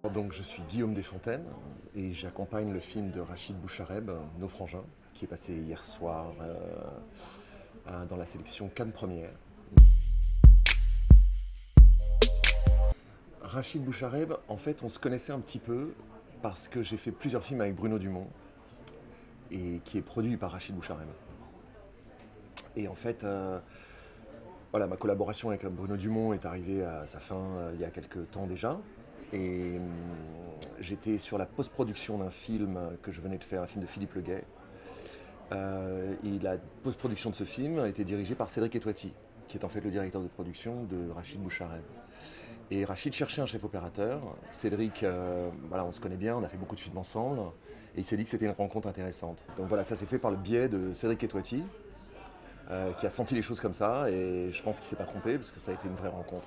Donc, je suis Guillaume Desfontaines et j'accompagne le film de Rachid Bouchareb, Nos Frangins, qui est passé hier soir dans la sélection Cannes Première. Rachid Bouchareb, en fait, on se connaissait un petit peu parce que j'ai fait plusieurs films avec Bruno Dumont et qui est produit par Rachid Bouchareb. Et en fait, voilà, ma collaboration avec Bruno Dumont est arrivée à sa fin il y a quelques temps déjà. Et j'étais sur la post-production d'un film que je venais de faire, un film de Philippe Leguet. Et la post-production de ce film a été dirigée par Cédric Etouati, qui est en fait le directeur de production de Rachid Bouchareb. Et Rachid cherchait un chef opérateur. Cédric, voilà, on se connaît bien, on a fait beaucoup de films ensemble. Et il s'est dit que c'était une rencontre intéressante. Donc voilà, ça s'est fait par le biais de Cédric Etouati, qui a senti les choses comme ça. Et je pense qu'il ne s'est pas trompé, parce que ça a été une vraie rencontre.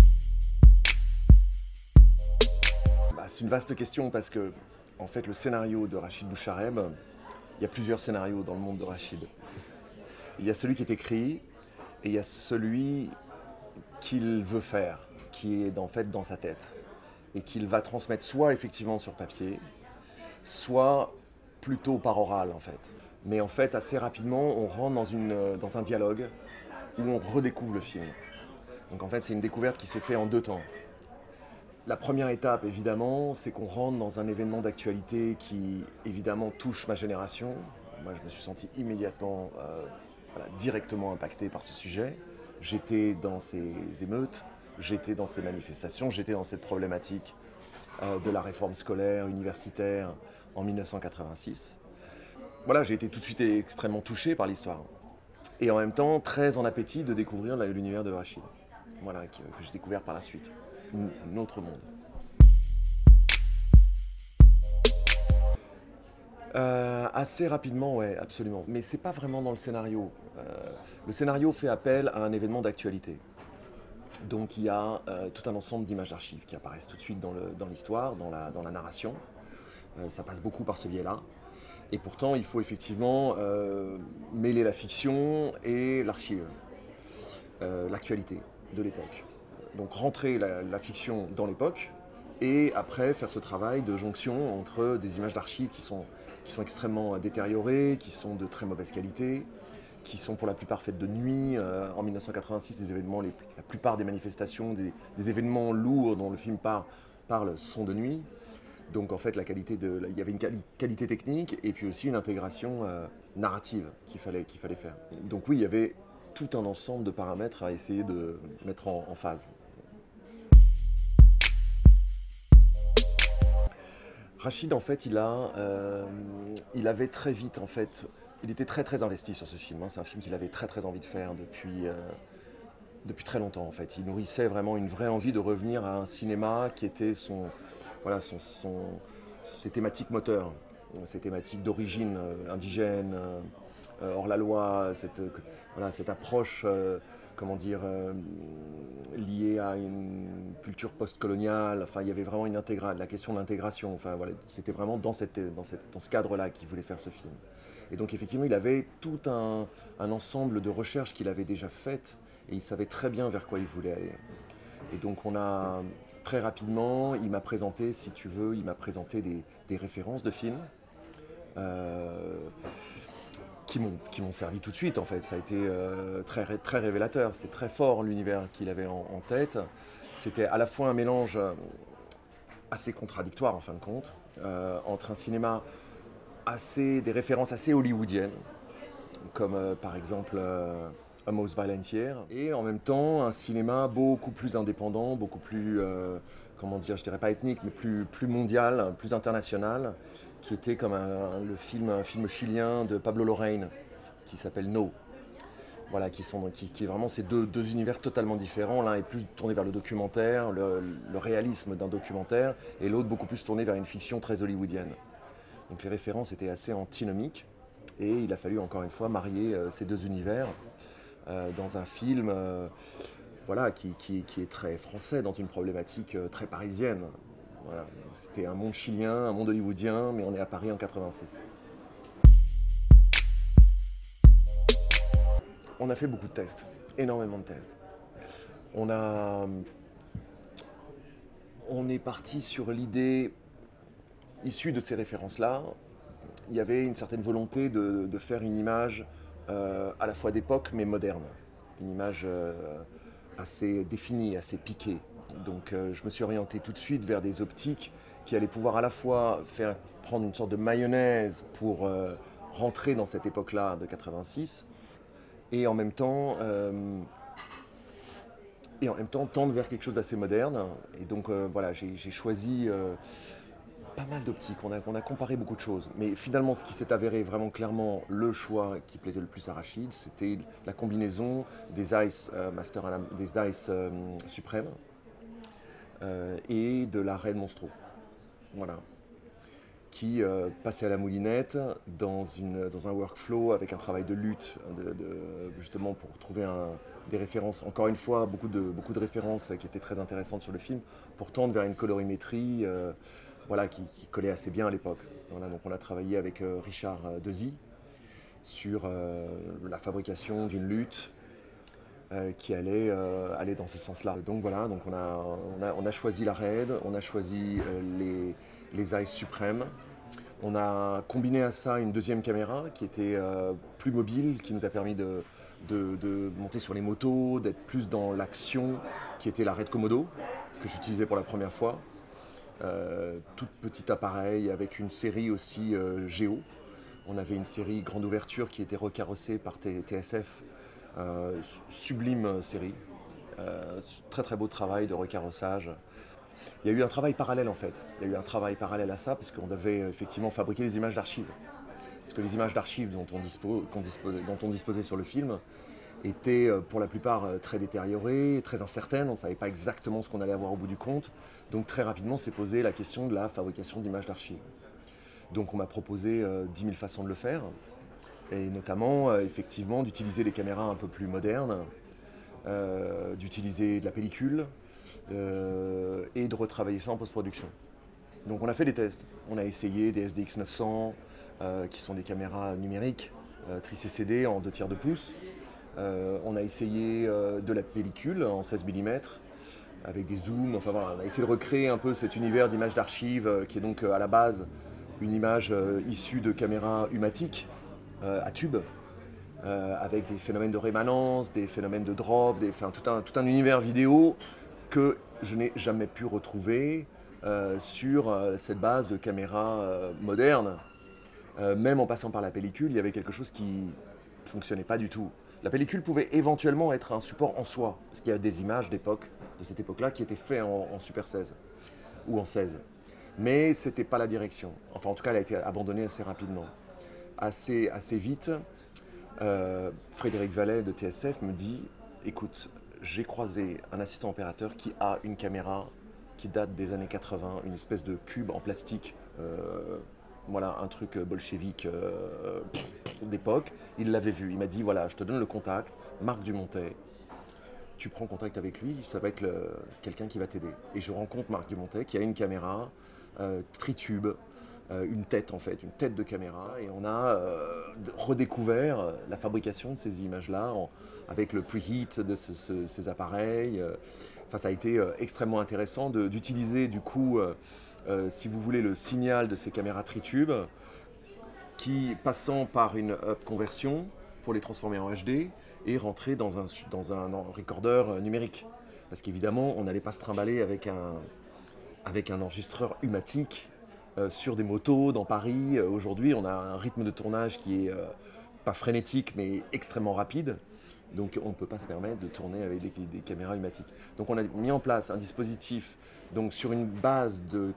C'est une vaste question parce que, en fait, le scénario de Rachid Bouchareb, il y a plusieurs scénarios dans le monde de Rachid. Il y a celui qui est écrit et il y a celui qu'il veut faire, qui est en fait dans sa tête et qu'il va transmettre soit effectivement sur papier, soit plutôt par oral en fait. Mais en fait, assez rapidement, on rentre dans un dialogue où on redécouvre le film. Donc en fait, c'est une découverte qui s'est faite en deux temps. La première étape, évidemment, c'est qu'on rentre dans un événement d'actualité qui, évidemment, touche ma génération. Moi, je me suis senti immédiatement, directement impacté par ce sujet. J'étais dans ces émeutes, j'étais dans ces manifestations, j'étais dans cette problématique de la réforme scolaire, universitaire, en 1986. Voilà, j'ai été tout de suite extrêmement touché par l'histoire. Et en même temps, très en appétit de découvrir l'univers de Rachid. Voilà, que j'ai découvert par la suite. Un autre monde. Assez rapidement, ouais, absolument. Mais c'est pas vraiment dans le scénario. Le scénario fait appel à un événement d'actualité. Donc il y a tout un ensemble d'images d'archives qui apparaissent tout de suite dans l'histoire, dans la narration. Ça passe beaucoup par ce biais-là. Et pourtant, il faut effectivement mêler la fiction et l'archive, l'actualité de l'époque. Donc rentrer la fiction dans l'époque et après faire ce travail de jonction entre des images d'archives qui sont extrêmement détériorées, qui sont de très mauvaise qualité, qui sont pour la plupart faites de nuit. En 1986, la plupart des manifestations, des événements lourds dont le film parle sont de nuit. Donc en fait, il y avait une qualité technique et puis aussi une intégration narrative qu'il fallait faire. Donc oui, il y avait tout un ensemble de paramètres à essayer de mettre en phase. Rachid, en fait, il avait très vite, en fait, il était très très investi sur ce film. C'est un film qu'il avait très très envie de faire depuis très longtemps, en fait. Il nourrissait vraiment une vraie envie de revenir à un cinéma qui était ses thématiques moteurs, ses thématiques d'origine indigène, hors-la-loi, cette approche, liée à une culture post-coloniale. Enfin, il y avait vraiment la question de l'intégration. Enfin, voilà, c'était vraiment dans ce cadre-là qu'il voulait faire ce film. Et donc, effectivement, il avait tout un ensemble de recherches qu'il avait déjà faites et il savait très bien vers quoi il voulait aller. Et donc, très rapidement, il m'a présenté, si tu veux, des références de films. Qui m'ont servi tout de suite en fait. Ça a été très, très révélateur, c'est très fort l'univers qu'il avait en tête. C'était à la fois un mélange assez contradictoire en fin de compte, entre un cinéma des références assez hollywoodiennes, comme par exemple A Most Violent Year, et en même temps un cinéma beaucoup plus indépendant, beaucoup plus, je dirais pas ethnique, mais plus mondial, plus international, qui était comme un film chilien de Pablo Larraín, qui s'appelle No. Voilà, qui est vraiment ces deux univers totalement différents. L'un est plus tourné vers le documentaire, le réalisme d'un documentaire, et l'autre beaucoup plus tourné vers une fiction très hollywoodienne. Donc les références étaient assez antinomiques, et il a fallu encore une fois marier ces deux univers dans un film qui est très français, dans une problématique très parisienne. Voilà. C'était un monde chilien, un monde hollywoodien, mais on est à Paris en 86. On a fait beaucoup de tests, énormément de tests. On on est parti sur l'idée issue de ces références-là. Il y avait une certaine volonté de faire une image à la fois d'époque mais moderne. Une image assez définie, assez piquée. Donc je me suis orienté tout de suite vers des optiques qui allaient pouvoir à la fois faire prendre une sorte de mayonnaise pour rentrer dans cette époque-là de 86 et en même temps tendre vers quelque chose d'assez moderne. Et donc voilà, j'ai choisi pas mal d'optiques, on a comparé beaucoup de choses. Mais finalement, ce qui s'est avéré vraiment clairement le choix qui plaisait le plus à Rachid, c'était la combinaison des Zeiss des Zeiss Supreme et de la Red Monstro. Voilà. Qui passait à la moulinette dans un workflow avec un travail de lutte, justement pour trouver des références, encore une fois, beaucoup de références qui étaient très intéressantes sur le film, pour tendre vers une colorimétrie voilà, qui collait assez bien à l'époque. Voilà, donc on a travaillé avec Richard Dezy sur la fabrication d'une lutte qui allait aller dans ce sens-là. Donc voilà, donc on a choisi la Red, on a choisi les Zeiss Supreme. On a combiné à ça une deuxième caméra qui était plus mobile, qui nous a permis de monter sur les motos, d'être plus dans l'action, qui était la Red Komodo, que j'utilisais pour la première fois. Tout petit appareil avec une série aussi Géo. On avait une série grande ouverture qui était recarrossée par TSF. Sublime série, très très beau travail de recarrossage. Il y a eu un travail parallèle en fait, il y a eu un travail parallèle à ça parce qu'on devait effectivement fabriquer les images d'archives. Parce que les images d'archives dont on disposait sur le film étaient pour la plupart très détériorées, très incertaines, on ne savait pas exactement ce qu'on allait avoir au bout du compte. Donc très rapidement s'est posée la question de la fabrication d'images d'archives. Donc on m'a proposé 10 000 façons de le faire. Et notamment, effectivement, d'utiliser des caméras un peu plus modernes, d'utiliser de la pellicule et de retravailler ça en post-production. Donc on a fait des tests. On a essayé des SDX 900, qui sont des caméras numériques, tri-CCD en 2/3 de pouce. On a essayé de la pellicule en 16 mm, avec des zooms. Enfin voilà, on a essayé de recréer un peu cet univers d'image d'archives qui est donc à la base une image issue de caméras humatiques, à tube, avec des phénomènes de rémanence, des phénomènes de drop, tout un univers vidéo que je n'ai jamais pu retrouver sur cette base de caméras modernes. Même en passant par la pellicule, il y avait quelque chose qui ne fonctionnait pas du tout. La pellicule pouvait éventuellement être un support en soi, parce qu'il y a des images de cette époque-là, qui étaient faites en Super 16 ou en 16. Mais ce n'était pas la direction. Enfin, en tout cas, elle a été abandonnée assez rapidement. Assez vite, Frédéric Vallet de TSF me dit « Écoute, j'ai croisé un assistant opérateur qui a une caméra qui date des années 80, une espèce de cube en plastique, voilà, un truc bolchevique d'époque. Il l'avait vu, il m'a dit « Voilà, je te donne le contact, Marc Dumontet. Tu prends contact avec lui, ça va être quelqu'un qui va t'aider. » Et je rencontre Marc Dumontet qui a une caméra tritube, une tête en fait, une tête de caméra, et on a redécouvert la fabrication de ces images-là avec le preheat de ces appareils. Enfin, ça a été extrêmement intéressant d'utiliser du coup, si vous voulez, le signal de ces caméras tritube qui, passant par une up conversion pour les transformer en HD et rentrer dans un recorder numérique. Parce qu'évidemment, on n'allait pas se trimballer avec un enregistreur humatique sur des motos dans Paris. Aujourd'hui, on a un rythme de tournage qui est pas frénétique, mais extrêmement rapide. Donc on ne peut pas se permettre de tourner avec des caméras humatiques. Donc on a mis en place un dispositif donc, sur une base de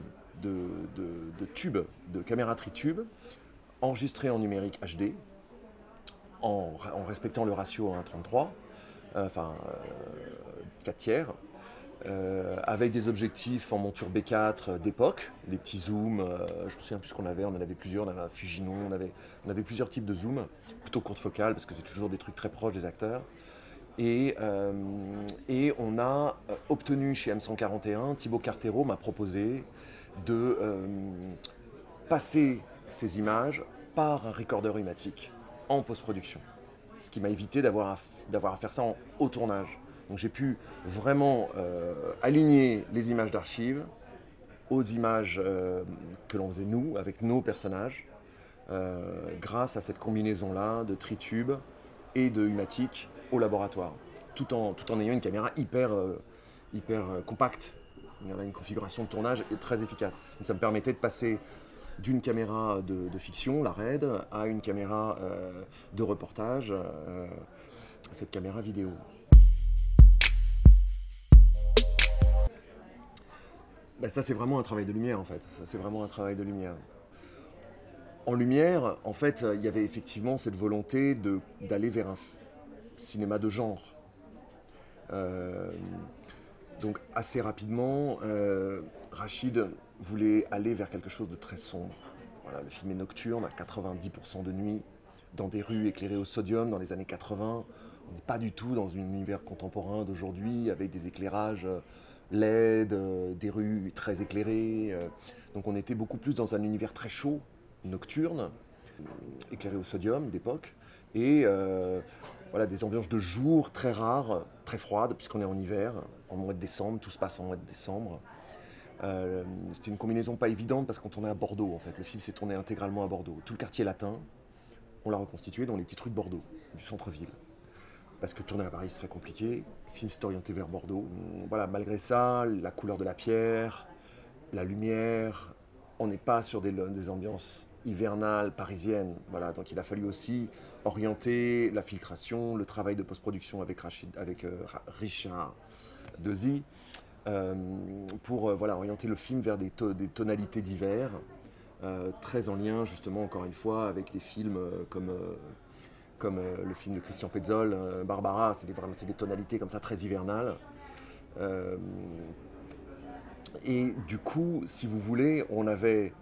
tubes, de caméras tritube, enregistrées en numérique HD, en respectant le ratio 1:33, 4/3, avec des objectifs en monture B4 d'époque, des petits zooms, je me souviens plus ce qu'on avait, on en avait plusieurs, on avait un Fujinon, on avait plusieurs types de zooms, plutôt courte focale parce que c'est toujours des trucs très proches des acteurs. Et on a obtenu chez M141, Thibaut Cartero m'a proposé de passer ces images par un recorder humatique en post-production. Ce qui m'a évité d'avoir à faire ça en haut tournage. Donc j'ai pu vraiment aligner les images d'archives aux images que l'on faisait nous, avec nos personnages, grâce à cette combinaison-là de tritube et de humatique au laboratoire, tout en ayant une caméra hyper compacte. Il y en a une configuration de tournage très efficace. Donc ça me permettait de passer d'une caméra de fiction, la RED, à une caméra de reportage, cette caméra vidéo. Ben ça, c'est vraiment un travail de lumière, en fait. Ça, c'est vraiment un travail de lumière. En lumière, en fait, il y avait effectivement cette volonté d'aller vers un cinéma de genre. Donc assez rapidement, Rachid voulait aller vers quelque chose de très sombre. Voilà, le film est nocturne, à 90% de nuit, dans des rues éclairées au sodium dans les années 80. On n'est pas du tout dans un univers contemporain d'aujourd'hui, avec des éclairages LED, des rues très éclairées. Donc on était beaucoup plus dans un univers très chaud, nocturne, éclairé au sodium d'époque, et voilà, des ambiances de jour très rares, très froides, puisqu'on est en hiver, en mois de décembre, tout se passe en mois de décembre. C'était une combinaison pas évidente parce qu'on tournait à Bordeaux en fait. Le film s'est tourné intégralement à Bordeaux. Tout le quartier latin, on l'a reconstitué dans les petites rues de Bordeaux, du centre-ville. Parce que tourner à Paris c'est très compliqué, le film s'est orienté vers Bordeaux. Voilà, malgré ça, la couleur de la pierre, la lumière, on n'est pas sur des ambiances hivernales, parisiennes. Voilà, donc il a fallu aussi orienter la filtration, le travail de post-production avec Richard Dezy, pour voilà, orienter le film vers des tonalités d'hiver, très en lien justement encore une fois avec des films comme le film de Christian Petzold, Barbara, c'est des tonalités comme ça très hivernales. Et du coup, si vous voulez, on avait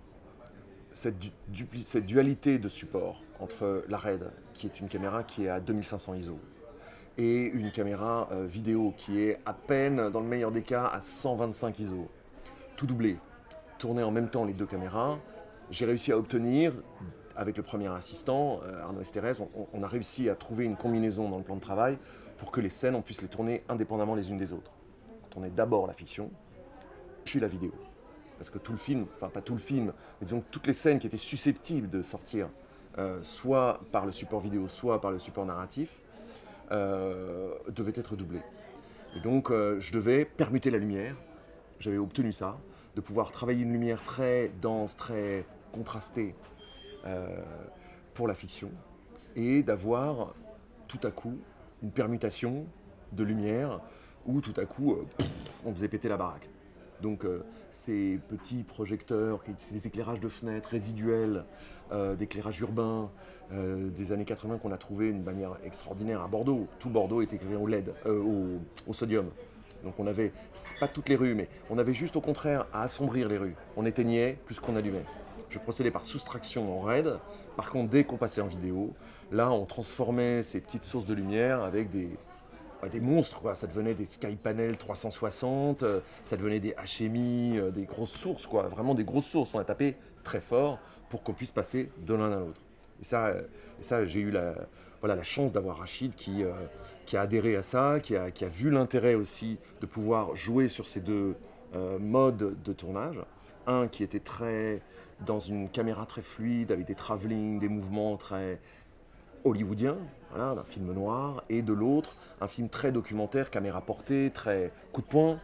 cette dualité de support entre la RED, qui est une caméra qui est à 2500 ISO, et une caméra vidéo qui est à peine, dans le meilleur des cas, à 125 ISO. Tout doublé, tourné en même temps les deux caméras. J'ai réussi à obtenir, avec le premier assistant, Arnaud Estérez, on a réussi à trouver une combinaison dans le plan de travail pour que les scènes, on puisse les tourner indépendamment les unes des autres. On tournait d'abord la fiction, puis la vidéo. Parce que tout le film, enfin pas tout le film, mais disons que toutes les scènes qui étaient susceptibles de sortir, soit par le support vidéo, soit par le support narratif, devaient être doublées. Et donc je devais permuter la lumière, j'avais obtenu ça, de pouvoir travailler une lumière très dense, très contrastée pour la fiction, et d'avoir tout à coup une permutation de lumière où tout à coup on faisait péter la baraque. Donc ces petits projecteurs, ces éclairages de fenêtres résiduels, d'éclairage urbain des années 80 qu'on a trouvé d'une manière extraordinaire à Bordeaux. Tout Bordeaux était éclairé au LED, au sodium. Donc on avait, pas toutes les rues, mais on avait juste au contraire à assombrir les rues. On éteignait plus qu'on allumait. Je procédais par soustraction en RED. Par contre, dès qu'on passait en vidéo, là on transformait ces petites sources de lumière avec des monstres, quoi. Ça devenait des Skypanel 360, ça devenait des HMI, des grosses sources, quoi. Vraiment des grosses sources. On a tapé très fort pour qu'on puisse passer de l'un à l'autre. Et ça j'ai eu la chance d'avoir Rachid qui a adhéré à ça, qui a vu l'intérêt aussi de pouvoir jouer sur ces deux modes de tournage. Un qui était très dans une caméra très fluide, avec des travelling, des mouvements très hollywoodien, voilà, d'un film noir, et de l'autre, un film très documentaire, caméra portée, très coup de poing,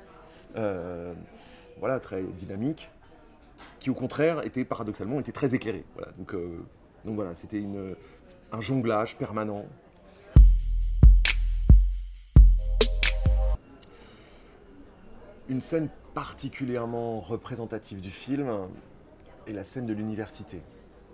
voilà, très dynamique, qui au contraire était paradoxalement très éclairé. Voilà, donc voilà, c'était un jonglage permanent. Une scène particulièrement représentative du film est la scène de l'université.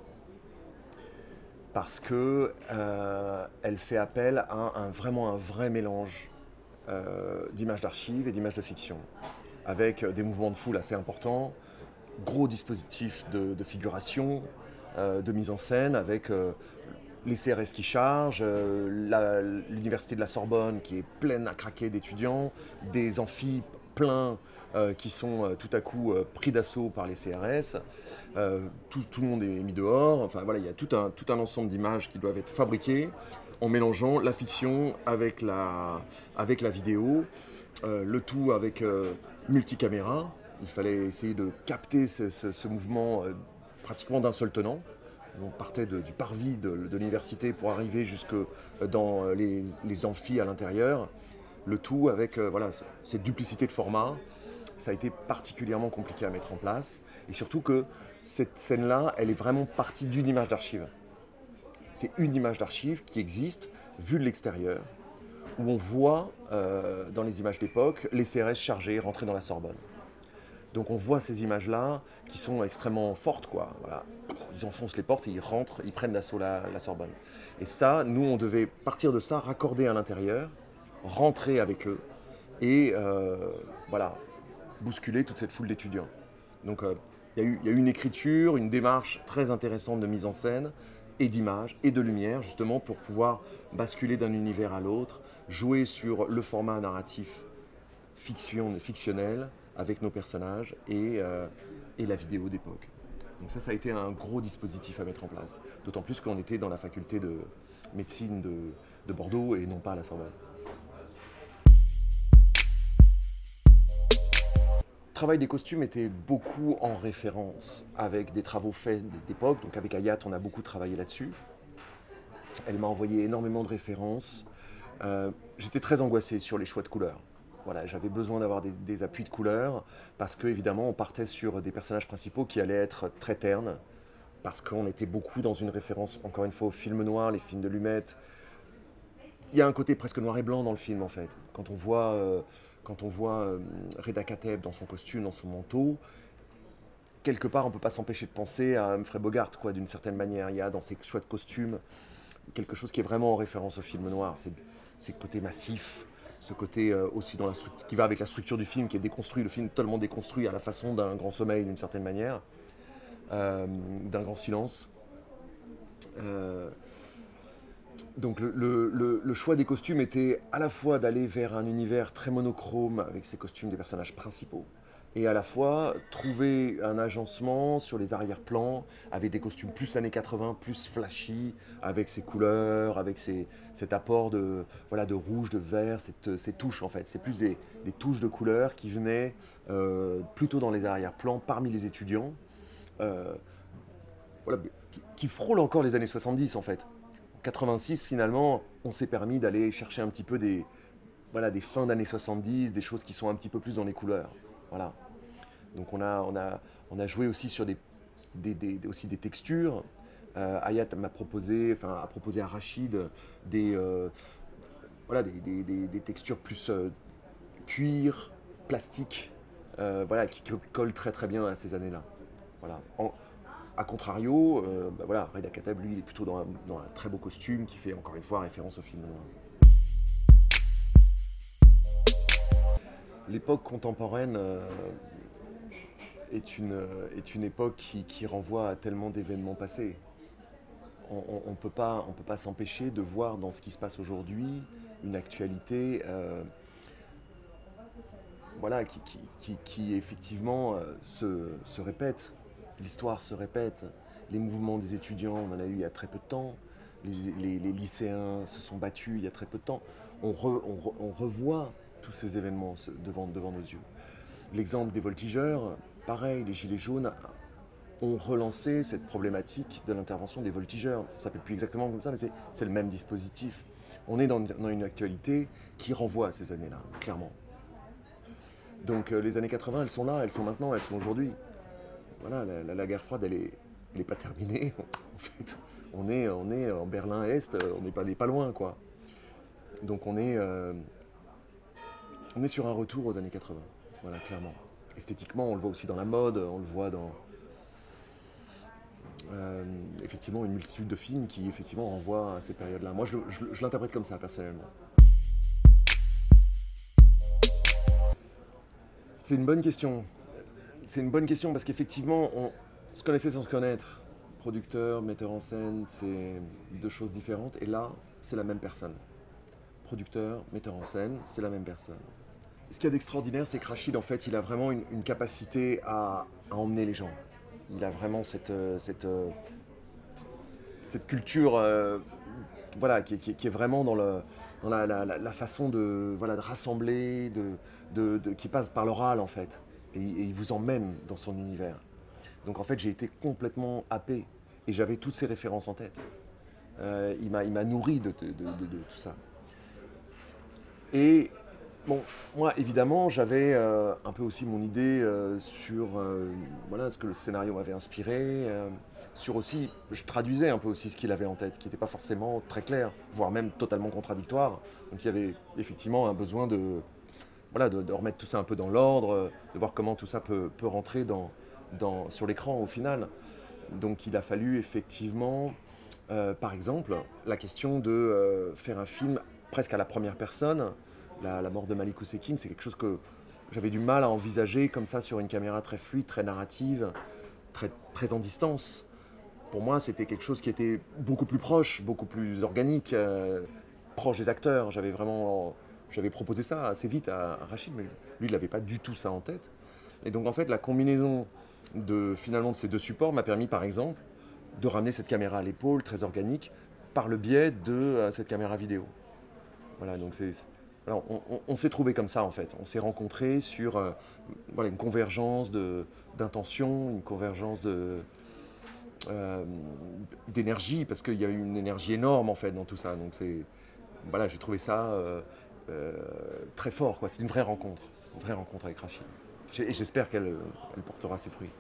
Parce que elle fait appel à vraiment un vrai mélange d'images d'archives et d'images de fiction, avec des mouvements de foule assez importants, gros dispositifs de figuration, de mise en scène, avec les CRS qui chargent, l'université de la Sorbonne qui est pleine à craquer d'étudiants, des amphis plein qui sont tout à coup pris d'assaut par les CRS. Tout le monde est mis dehors. Enfin voilà, il y a tout un ensemble d'images qui doivent être fabriquées en mélangeant la fiction avec la vidéo, le tout avec multicaméra. Il fallait essayer de capter ce mouvement pratiquement d'un seul tenant. On partait du parvis de l'université pour arriver jusque dans les amphis à l'intérieur. Le tout avec cette duplicité de format. Ça a été particulièrement compliqué à mettre en place. Et surtout que cette scène-là, elle est vraiment partie d'une image d'archive. C'est une image d'archive qui existe, vue de l'extérieur, où on voit, dans les images d'époque, les CRS chargés rentrer dans la Sorbonne. Donc on voit ces images-là qui sont extrêmement fortes, quoi. Voilà. Ils enfoncent les portes et ils rentrent, ils prennent d'assaut la Sorbonne. Et ça, nous, on devait partir de ça, raccorder à l'intérieur, rentrer avec eux et bousculer toute cette foule d'étudiants. Donc il y a eu une écriture, une démarche très intéressante de mise en scène et d'images et de lumière, justement pour pouvoir basculer d'un univers à l'autre, jouer sur le format narratif fictionnel avec nos personnages et la vidéo d'époque. Donc ça a été un gros dispositif à mettre en place. D'autant plus qu'on était dans la faculté de médecine de Bordeaux et non pas à la Sorbonne. Le travail des costumes était beaucoup en référence avec des travaux faits d'époque. Donc avec Ayat, on a beaucoup travaillé là-dessus. Elle m'a envoyé énormément de références. J'étais très angoissé sur les choix de couleurs. Voilà, j'avais besoin d'avoir des appuis de couleurs parce que évidemment on partait sur des personnages principaux qui allaient être très ternes parce qu'on était beaucoup dans une référence, encore une fois, aux films noirs, les films de Lumet. Il y a un côté presque noir et blanc dans le film en fait. Quand on voit Reda Kateb dans son costume, dans son manteau, quelque part on ne peut pas s'empêcher de penser à Humphrey Bogart, quoi, d'une certaine manière. Il y a dans ses choix de costumes quelque chose qui est vraiment en référence au film noir. C'est le côté massif, ce côté aussi qui va avec la structure du film, qui est déconstruit, le film totalement déconstruit à la façon d'un grand sommeil d'une certaine manière, d'un grand silence. Donc le choix des costumes était à la fois d'aller vers un univers très monochrome avec ces costumes des personnages principaux, et à la fois trouver un agencement sur les arrière-plans avec des costumes plus années 80, plus flashy, avec ces couleurs, avec cet apport de rouge, de vert, ces touches en fait. C'est plus des touches de couleurs qui venaient plutôt dans les arrière-plans parmi les étudiants, qui frôlent encore les années 70 en fait. En 86 finalement, on s'est permis d'aller chercher un petit peu des fins d'années 70, des choses qui sont un petit peu plus dans les couleurs. Voilà. Donc on a joué aussi sur aussi des textures. Ayat a proposé à Rachid des textures plus cuir, plastique, qui collent très très bien à ces années-là. Voilà. A contrario, Reda Kateb, lui, il est plutôt dans un très beau costume qui fait encore une fois référence au film noir. L'époque contemporaine est une époque qui renvoie à tellement d'événements passés. On ne peut pas s'empêcher de voir dans ce qui se passe aujourd'hui une actualité qui effectivement se répète. L'histoire se répète. Les mouvements des étudiants, on en a eu il y a très peu de temps. Les lycéens se sont battus il y a très peu de temps. On revoit tous ces événements devant nos yeux. L'exemple des voltigeurs, pareil, les gilets jaunes ont relancé cette problématique de l'intervention des voltigeurs. Ça ne s'appelle plus exactement comme ça, mais c'est le même dispositif. On est dans une actualité qui renvoie à ces années-là, clairement. Donc les années 80, elles sont là, elles sont maintenant, elles sont aujourd'hui. Voilà, la guerre froide, elle est pas terminée. En fait, on est en Berlin-Est, on n'est pas loin, quoi. Donc on est sur un retour aux années 80, voilà, clairement. Esthétiquement, on le voit aussi dans la mode, on le voit dans effectivement une multitude de films qui effectivement renvoient à ces périodes-là. Moi, je l'interprète comme ça, personnellement. C'est une bonne question. C'est une bonne question parce qu'effectivement, on se connaissait sans se connaître. Producteur, metteur en scène, c'est deux choses différentes. Et là, c'est la même personne. Producteur, metteur en scène, c'est la même personne. Ce qu'il y a d'extraordinaire, c'est que Rachid, en fait, il a vraiment une capacité à emmener les gens. Il a vraiment cette culture voilà, qui est vraiment dans la façon de, voilà, de rassembler, qui passe par l'oral, en fait. Et il vous emmène dans son univers. Donc, en fait, j'ai été complètement happé. Et j'avais toutes ces références en tête. Il m'a nourri de tout ça. Et bon, moi, évidemment, j'avais un peu aussi mon idée sur voilà, ce que le scénario m'avait inspiré. Sur aussi, je traduisais un peu aussi ce qu'il avait en tête, qui n'était pas forcément très clair, voire même totalement contradictoire. Donc il y avait effectivement un besoin voilà, de remettre tout ça un peu dans l'ordre, de voir comment tout ça peut rentrer sur l'écran au final. Donc il a fallu effectivement, par exemple, la question de faire un film presque à la première personne. La mort de Malik Oussekine, c'est quelque chose que j'avais du mal à envisager comme ça sur une caméra très fluide, très narrative, très en distance. Pour moi, c'était quelque chose qui était beaucoup plus proche, beaucoup plus organique, proche des acteurs. J'avais proposé ça assez vite à Rachid, mais lui, il n'avait pas du tout ça en tête. Et donc, en fait, la combinaison finalement de ces deux supports m'a permis, par exemple, de ramener cette caméra à l'épaule, très organique, par le biais de cette caméra vidéo. Voilà, donc voilà, on s'est trouvé comme ça, en fait. On s'est rencontrés sur voilà, une convergence d'intention, une convergence euh, d'énergie, parce qu'il y a une énergie énorme, en fait, dans tout ça. Donc, voilà, j'ai trouvé ça euh, très fort, quoi. C'est une vraie rencontre avec Rachid. Et j'espère qu'elle portera ses fruits.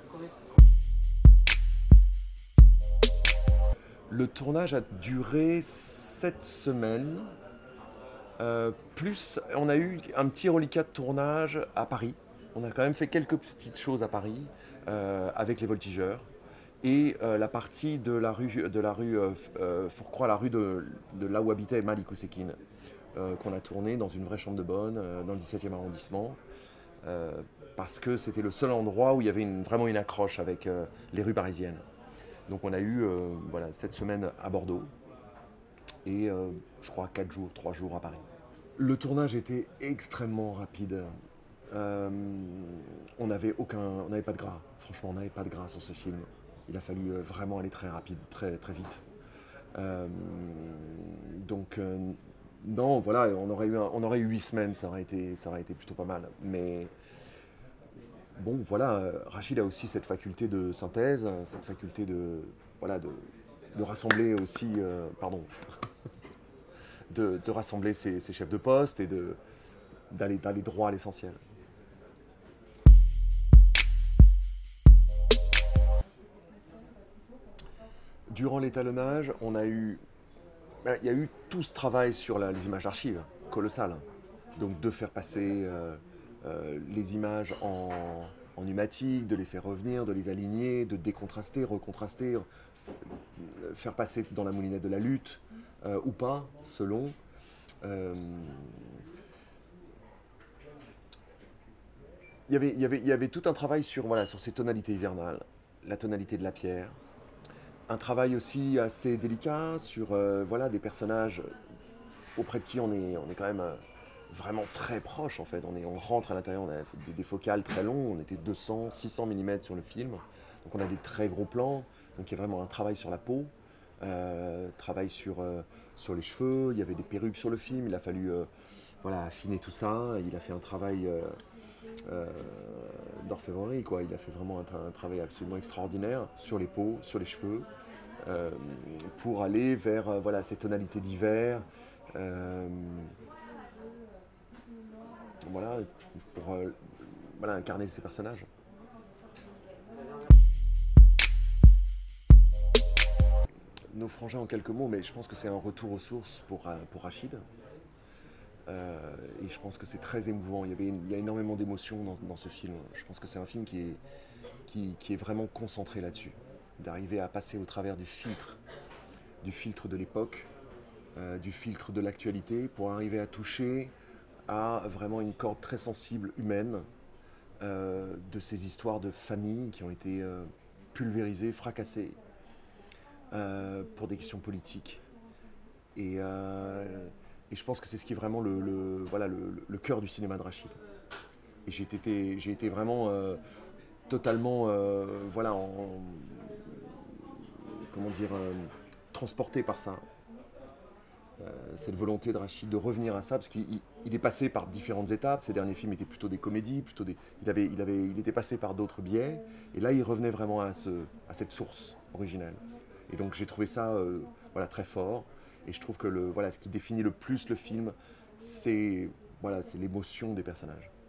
Le tournage a duré 7 semaines. Plus, on a eu un petit reliquat de tournage à Paris. On a quand même fait quelques petites choses à Paris avec les voltigeurs. Et la partie de la rue Fourcroy, la rue de là où habitait Malik Oussekine, qu'on a tourné dans une vraie chambre de bonne, dans le 17e arrondissement. Parce que c'était le seul endroit où il y avait vraiment une accroche avec les rues parisiennes. Donc on a eu voilà, 7 semaines à Bordeaux et je crois 4 jours, 3 jours à Paris. Le tournage était extrêmement rapide. Euh, on n'avait pas de gras. Franchement, on n'avait pas de gras sur ce film. Il a fallu vraiment aller très rapide, très, très vite. Euh, donc non, voilà, on aurait eu 8 semaines, ça aurait été plutôt pas mal. Mais bon, voilà, Rachid a aussi cette faculté de synthèse, cette faculté voilà, de rassembler aussi, pardon, de rassembler ses chefs de poste et d'aller droit à l'essentiel. Durant l'étalonnage, il y a eu tout ce travail sur les images d'archives, colossal. Donc de faire passer les images en pneumatique, de les faire revenir, de les aligner, de décontraster, recontraster, faire passer dans la moulinette de la lutte ou pas, selon. Euh, il y avait tout un travail sur ces tonalités hivernales, la tonalité de la pierre, un travail aussi assez délicat sur voilà, des personnages auprès de qui on est quand même vraiment très proche en fait. On rentre à l'intérieur, on a des focales très longs, on était 200, 600 mm sur le film. Donc on a des très gros plans, donc il y a vraiment un travail sur la peau, travail sur les cheveux, il y avait des perruques sur le film, il a fallu voilà, affiner tout ça, il a fait un travail euh, d'orfèvrerie, quoi. Il a fait vraiment un travail absolument extraordinaire sur les peaux, sur les cheveux, euh, pour aller vers voilà, ces tonalités d'hiver. euh, voilà, pour voilà, incarner ces personnages. Nos frangins en quelques mots, mais je pense que c'est un retour aux sources pour Rachid. Et je pense que c'est très émouvant. Il y a énormément d'émotions dans ce film. Je pense que c'est un film qui est vraiment concentré là-dessus. D'arriver à passer au travers du filtre de l'époque, du filtre de l'actualité, pour arriver à toucher à vraiment une corde très sensible humaine de ces histoires de familles qui ont été pulvérisées, fracassées pour des questions politiques. Et Et je pense que c'est ce qui est vraiment voilà, le cœur du cinéma de Rachid. Et j'ai été vraiment totalement voilà, comment dire, transporté par ça. Cette volonté de Rachid de revenir à ça, parce qu'il est passé par différentes étapes. Ses derniers films étaient plutôt des comédies, il était passé par d'autres biais, et là il revenait vraiment à cette source originelle. Et donc j'ai trouvé ça voilà, très fort, et je trouve que voilà, ce qui définit le plus le film, c'est voilà, l'émotion des personnages.